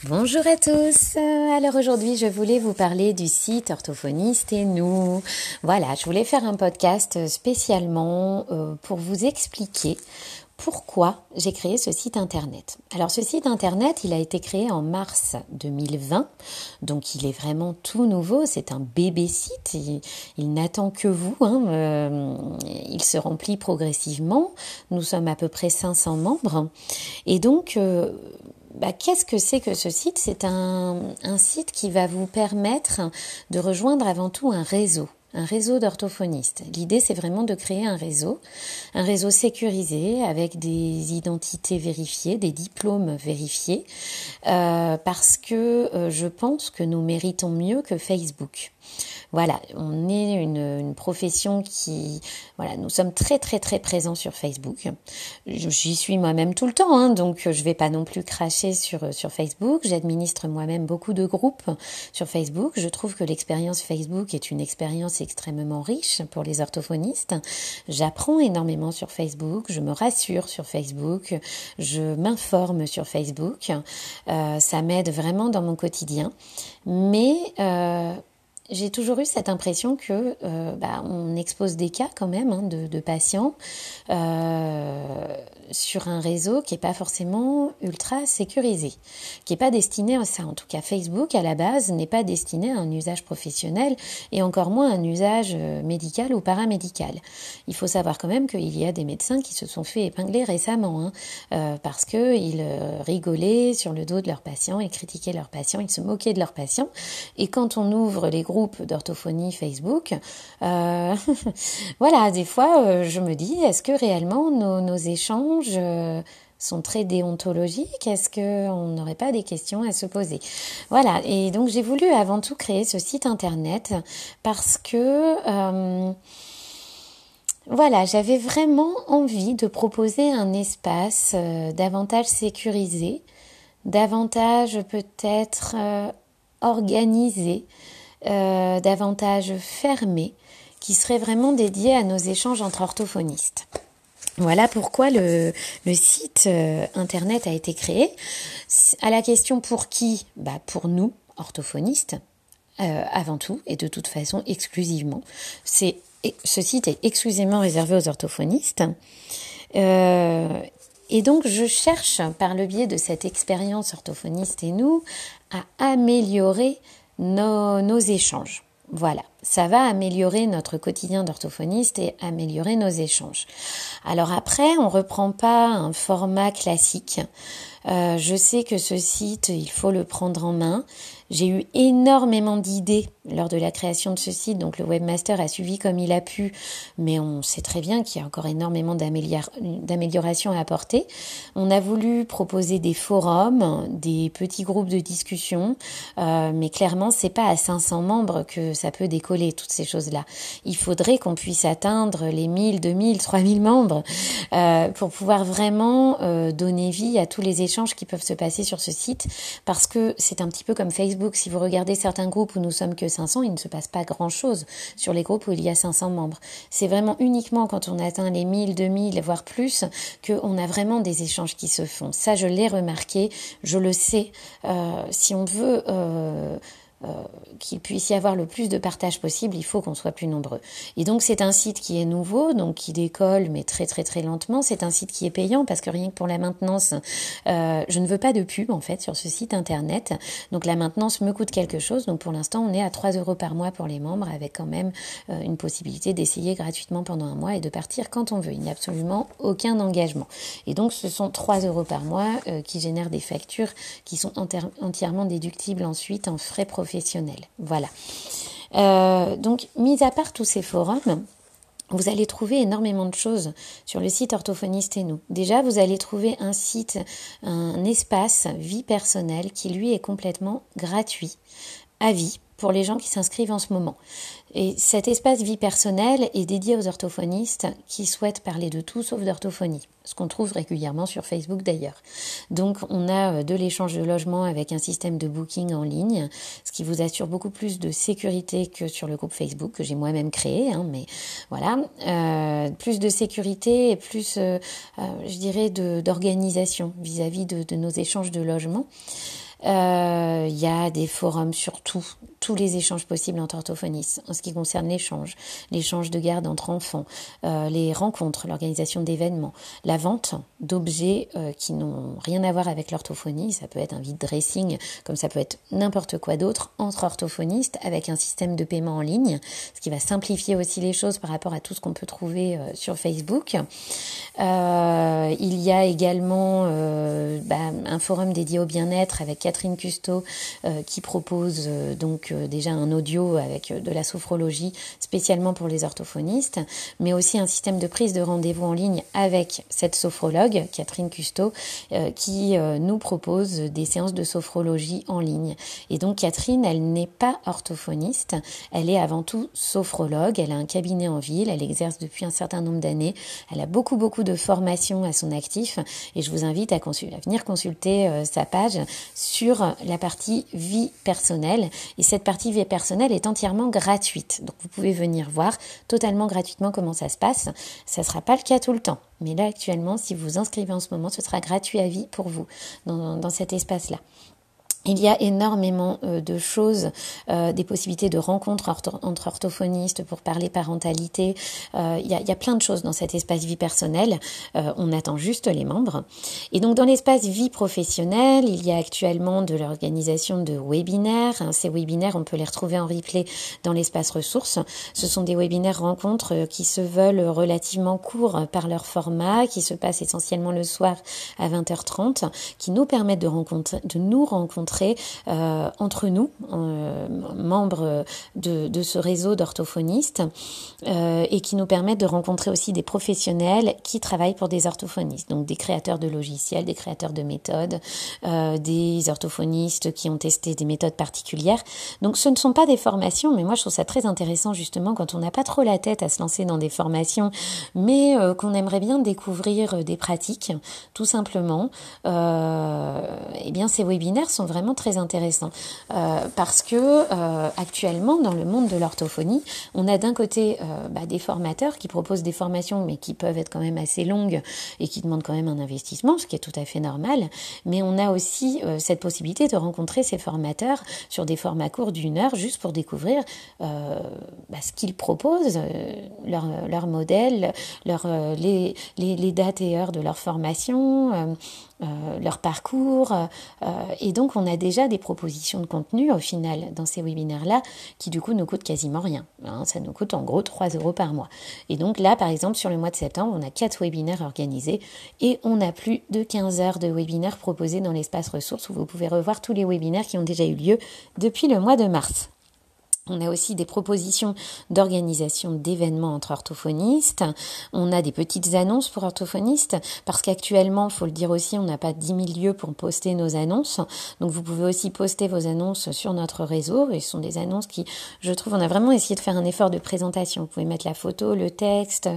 Bonjour à tous. Alors aujourd'hui, je voulais vous parler du site Orthophoniste et nous. Voilà, je voulais faire un podcast spécialement pour vous expliquer pourquoi j'ai créé ce site internet. Alors ce site internet, il a été créé en mars 2020, donc il est vraiment tout nouveau, c'est un bébé site, il n'attend que vous, il se remplit progressivement, nous sommes à peu près 500 membres, et donc qu'est-ce que c'est que ce site ? C'est un site qui va vous permettre de rejoindre avant tout un réseau d'orthophonistes. L'idée, c'est vraiment de créer un réseau sécurisé avec des identités vérifiées, des diplômes vérifiés, parce que je pense que nous méritons mieux que Facebook. Voilà, on est une profession nous sommes très très très présents sur Facebook. J'y suis moi-même tout le temps, donc je vais pas non plus cracher sur Facebook. J'administre moi-même beaucoup de groupes sur Facebook. Je trouve que l'expérience Facebook est une expérience extrêmement riche pour les orthophonistes. J'apprends énormément sur Facebook, je me rassure sur Facebook, je m'informe sur Facebook. Ça m'aide vraiment dans mon quotidien. Mais j'ai toujours eu cette impression que on expose des cas quand même de patients sur un réseau qui est pas forcément ultra sécurisé, qui est pas destiné à ça. En tout cas, Facebook à la base n'est pas destiné à un usage professionnel et encore moins un usage médical ou paramédical. Il faut savoir quand même qu'il y a des médecins qui se sont fait épingler récemment parce que ils rigolaient sur le dos de leurs patients, ils critiquaient leurs patients, ils se moquaient de leurs patients. Et quand on ouvre les groupes d'orthophonie Facebook, voilà, des fois je me dis, est-ce que réellement nos échanges sont très déontologiques? Est-ce qu'on n'aurait pas des questions à se poser? Voilà, et donc j'ai voulu avant tout créer ce site internet parce que j'avais vraiment envie de proposer un espace davantage sécurisé, davantage peut-être organisé, davantage fermé, qui serait vraiment dédié à nos échanges entre orthophonistes. Voilà pourquoi le site internet a été créé. À la question pour qui ? Pour nous, orthophonistes, avant tout, et de toute façon exclusivement. Ce site est exclusivement réservé aux orthophonistes. Et donc, je cherche, par le biais de cette expérience orthophoniste et nous, à améliorer nos échanges. Voilà, ça va améliorer notre quotidien d'orthophoniste et améliorer nos échanges. Alors après, on reprend pas un format classique. Je sais que ce site, il faut le prendre en main. J'ai eu énormément d'idées lors de la création de ce site, donc le webmaster a suivi comme il a pu, mais on sait très bien qu'il y a encore énormément d'améliorations à apporter. On a voulu proposer des forums, des petits groupes de discussion, mais clairement, c'est pas à 500 membres que ça peut décoller, toutes ces choses-là. Il faudrait qu'on puisse atteindre les 1000, 2000, 3000 membres pour pouvoir vraiment donner vie à tous les échanges qui peuvent se passer sur ce site, parce que c'est un petit peu comme Facebook. Si vous regardez certains groupes où nous sommes que 500, il ne se passe pas grand-chose sur les groupes où il y a 500 membres. C'est vraiment uniquement quand on atteint les 1000, 2000, voire plus, qu'on a vraiment des échanges qui se font. Ça, je l'ai remarqué, je le sais. Si on veut qu'il puisse y avoir le plus de partage possible, il faut qu'on soit plus nombreux. Et donc c'est un site qui est nouveau, donc qui décolle mais très très très lentement. C'est un site qui est payant parce que rien que pour la maintenance, je ne veux pas de pub en fait sur ce site internet. Donc la maintenance me coûte quelque chose. Donc pour l'instant on est à 3 € par mois pour les membres, avec quand même une possibilité d'essayer gratuitement pendant un mois et de partir quand on veut. Il n'y a absolument aucun engagement. Et donc ce sont 3 € par mois qui génèrent des factures qui sont entièrement déductibles ensuite en frais professionnels. Voilà. Donc, mis à part tous ces forums, vous allez trouver énormément de choses sur le site Orthophoniste et nous. Déjà, vous allez trouver un site, un espace vie personnelle qui, lui, est complètement gratuit, à vie, pour les gens qui s'inscrivent en ce moment. Et cet espace vie personnelle est dédié aux orthophonistes qui souhaitent parler de tout sauf d'orthophonie, ce qu'on trouve régulièrement sur Facebook d'ailleurs. Donc on a de l'échange de logement avec un système de booking en ligne, ce qui vous assure beaucoup plus de sécurité que sur le groupe Facebook que j'ai moi-même créé, mais voilà, plus de sécurité et plus, je dirais, d'organisation vis-à-vis de nos échanges de logement. Il y a des forums sur tous les échanges possibles entre orthophonistes en ce qui concerne l'échange de garde entre enfants, les rencontres, l'organisation d'événements, la vente d'objets qui n'ont rien à voir avec l'orthophonie. Ça peut être un vide dressing, comme ça peut être n'importe quoi d'autre entre orthophonistes avec un système de paiement en ligne, ce qui va simplifier aussi les choses par rapport à tout ce qu'on peut trouver sur Facebook. Il y a également un forum dédié au bien-être avec Catherine Custeau qui propose déjà un audio avec de la sophrologie spécialement pour les orthophonistes, mais aussi un système de prise de rendez-vous en ligne avec cette sophrologue, Catherine Custeau, qui nous propose des séances de sophrologie en ligne. Et donc Catherine, elle n'est pas orthophoniste, elle est avant tout sophrologue, elle a un cabinet en ville, elle exerce depuis un certain nombre d'années, elle a beaucoup de formations à son actif et je vous invite à venir consulter sa page sur la partie vie personnelle. Et cette partie vie personnelle est entièrement gratuite. Donc vous pouvez venir voir totalement gratuitement comment ça se passe. Ça ne sera pas le cas tout le temps. Mais là actuellement, si vous vous inscrivez en ce moment, ce sera gratuit à vie pour vous dans cet espace-là. Il y a énormément de choses, des possibilités de rencontres entre orthophonistes pour parler parentalité. Il y a plein de choses dans cet espace vie personnelle. On attend juste les membres. Et donc dans l'espace vie professionnelle, il y a actuellement de l'organisation de webinaires. Ces webinaires, on peut les retrouver en replay dans l'espace ressources. Ce sont des webinaires rencontres qui se veulent relativement courts par leur format, qui se passent essentiellement le soir à 20h30, qui nous permettent de nous rencontrer entre nous, membres de ce réseau d'orthophonistes, et qui nous permettent de rencontrer aussi des professionnels qui travaillent pour des orthophonistes, donc des créateurs de logiciels, des créateurs de méthodes, des orthophonistes qui ont testé des méthodes particulières. Donc ce ne sont pas des formations, mais moi je trouve ça très intéressant justement quand on n'a pas trop la tête à se lancer dans des formations, mais qu'on aimerait bien découvrir des pratiques, tout simplement. Eh bien ces webinaires sont vraiment très intéressant parce que actuellement dans le monde de l'orthophonie, on a d'un côté des formateurs qui proposent des formations mais qui peuvent être quand même assez longues et qui demandent quand même un investissement, ce qui est tout à fait normal, mais on a aussi cette possibilité de rencontrer ces formateurs sur des formats courts d'1 heure juste pour découvrir ce qu'ils proposent, leur modèle, les dates et heures de leur formation, leur parcours, et donc on a déjà des propositions de contenu au final dans ces webinaires-là qui du coup ne coûtent quasiment rien. Ça nous coûte en gros 3 € par mois. Et donc là, par exemple, sur le mois de septembre, on a 4 webinaires organisés et on a plus de 15 heures de webinaires proposés dans l'espace ressources où vous pouvez revoir tous les webinaires qui ont déjà eu lieu depuis le mois de mars. On a aussi des propositions d'organisation d'événements entre orthophonistes. On a des petites annonces pour orthophonistes parce qu'actuellement, il faut le dire aussi, on n'a pas 10 000 lieux pour poster nos annonces. Donc vous pouvez aussi poster vos annonces sur notre réseau. Et ce sont des annonces qui, je trouve, on a vraiment essayé de faire un effort de présentation. Vous pouvez mettre la photo, le texte,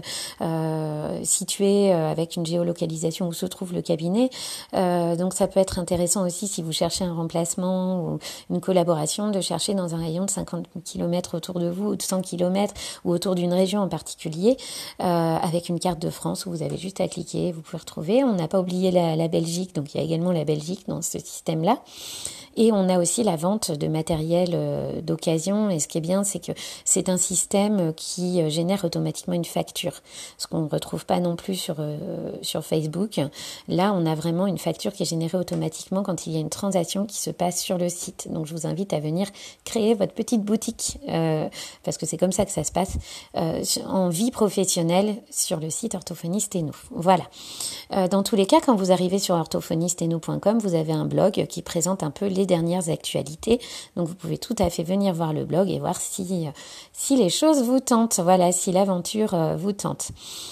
situé avec une géolocalisation où se trouve le cabinet. Donc ça peut être intéressant aussi si vous cherchez un remplacement ou une collaboration de chercher dans un rayon de 50 kilomètres autour de vous ou de 100 kilomètres ou autour d'une région en particulier avec une carte de France où vous avez juste à cliquer, vous pouvez retrouver. On n'a pas oublié la Belgique, donc il y a également la Belgique dans ce système-là. Et on a aussi la vente de matériel d'occasion. Et ce qui est bien, c'est que c'est un système qui génère automatiquement une facture. Ce qu'on ne retrouve pas non plus sur Facebook. Là, on a vraiment une facture qui est générée automatiquement quand il y a une transaction qui se passe sur le site. Donc, je vous invite à venir créer votre petite boutique, parce que c'est comme ça que ça se passe, en vie professionnelle sur le site Orthophoniste et nous. Voilà. Dans tous les cas, quand vous arrivez sur orthophonisteetnous.com, vous avez un blog qui présente un peu les dernières actualités. Donc vous pouvez tout à fait venir voir le blog et voir si les choses vous tentent. Voilà, si l'aventure vous tente.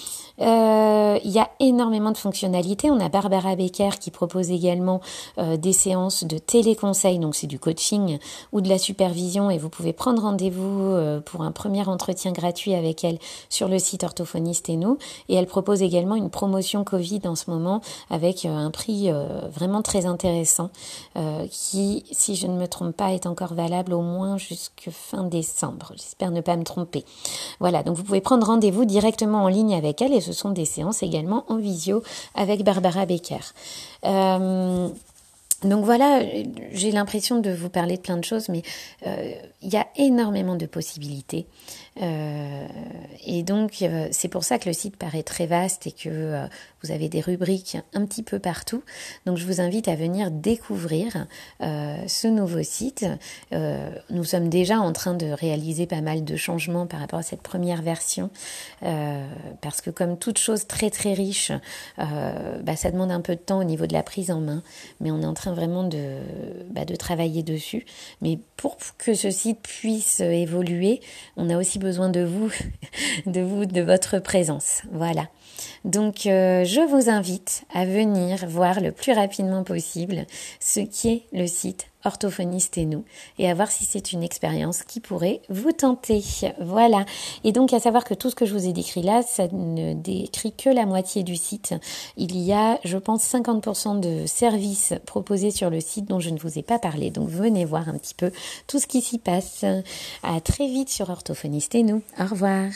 Il y a énormément de fonctionnalités. On a Barbara Becker qui propose également des séances de téléconseil, donc c'est du coaching ou de la supervision, et vous pouvez prendre rendez-vous pour un premier entretien gratuit avec elle sur le site Orthophoniste et nous. Et elle propose également une promotion Covid en ce moment avec un prix vraiment très intéressant qui, si je ne me trompe pas, est encore valable au moins jusqu'à fin décembre. J'espère ne pas me tromper. Voilà, donc vous pouvez prendre rendez-vous directement en ligne avec elle, et ce sont des séances également en visio avec Barbara Becker. Donc voilà, j'ai l'impression de vous parler de plein de choses, mais il y a énormément de possibilités. Et donc, c'est pour ça que le site paraît très vaste et que vous avez des rubriques un petit peu partout. Donc, je vous invite à venir découvrir ce nouveau site. Nous sommes déjà en train de réaliser pas mal de changements par rapport à cette première version, parce que comme toute chose très très riche, ça demande un peu de temps au niveau de la prise en main, mais on est en train vraiment de travailler dessus. Mais pour que ce site puisse évoluer, on a aussi besoin de vous, de votre présence. Voilà. Donc, je vous invite à venir voir le plus rapidement possible ce qu'est le site Orthophoniste et nous, et à voir si c'est une expérience qui pourrait vous tenter. Voilà. Et donc, à savoir que tout ce que je vous ai décrit là, ça ne décrit que la moitié du site. Il y a, je pense, 50% de services proposés sur le site dont je ne vous ai pas parlé. Donc, venez voir un petit peu tout ce qui s'y passe. À très vite sur Orthophoniste et nous. Au revoir.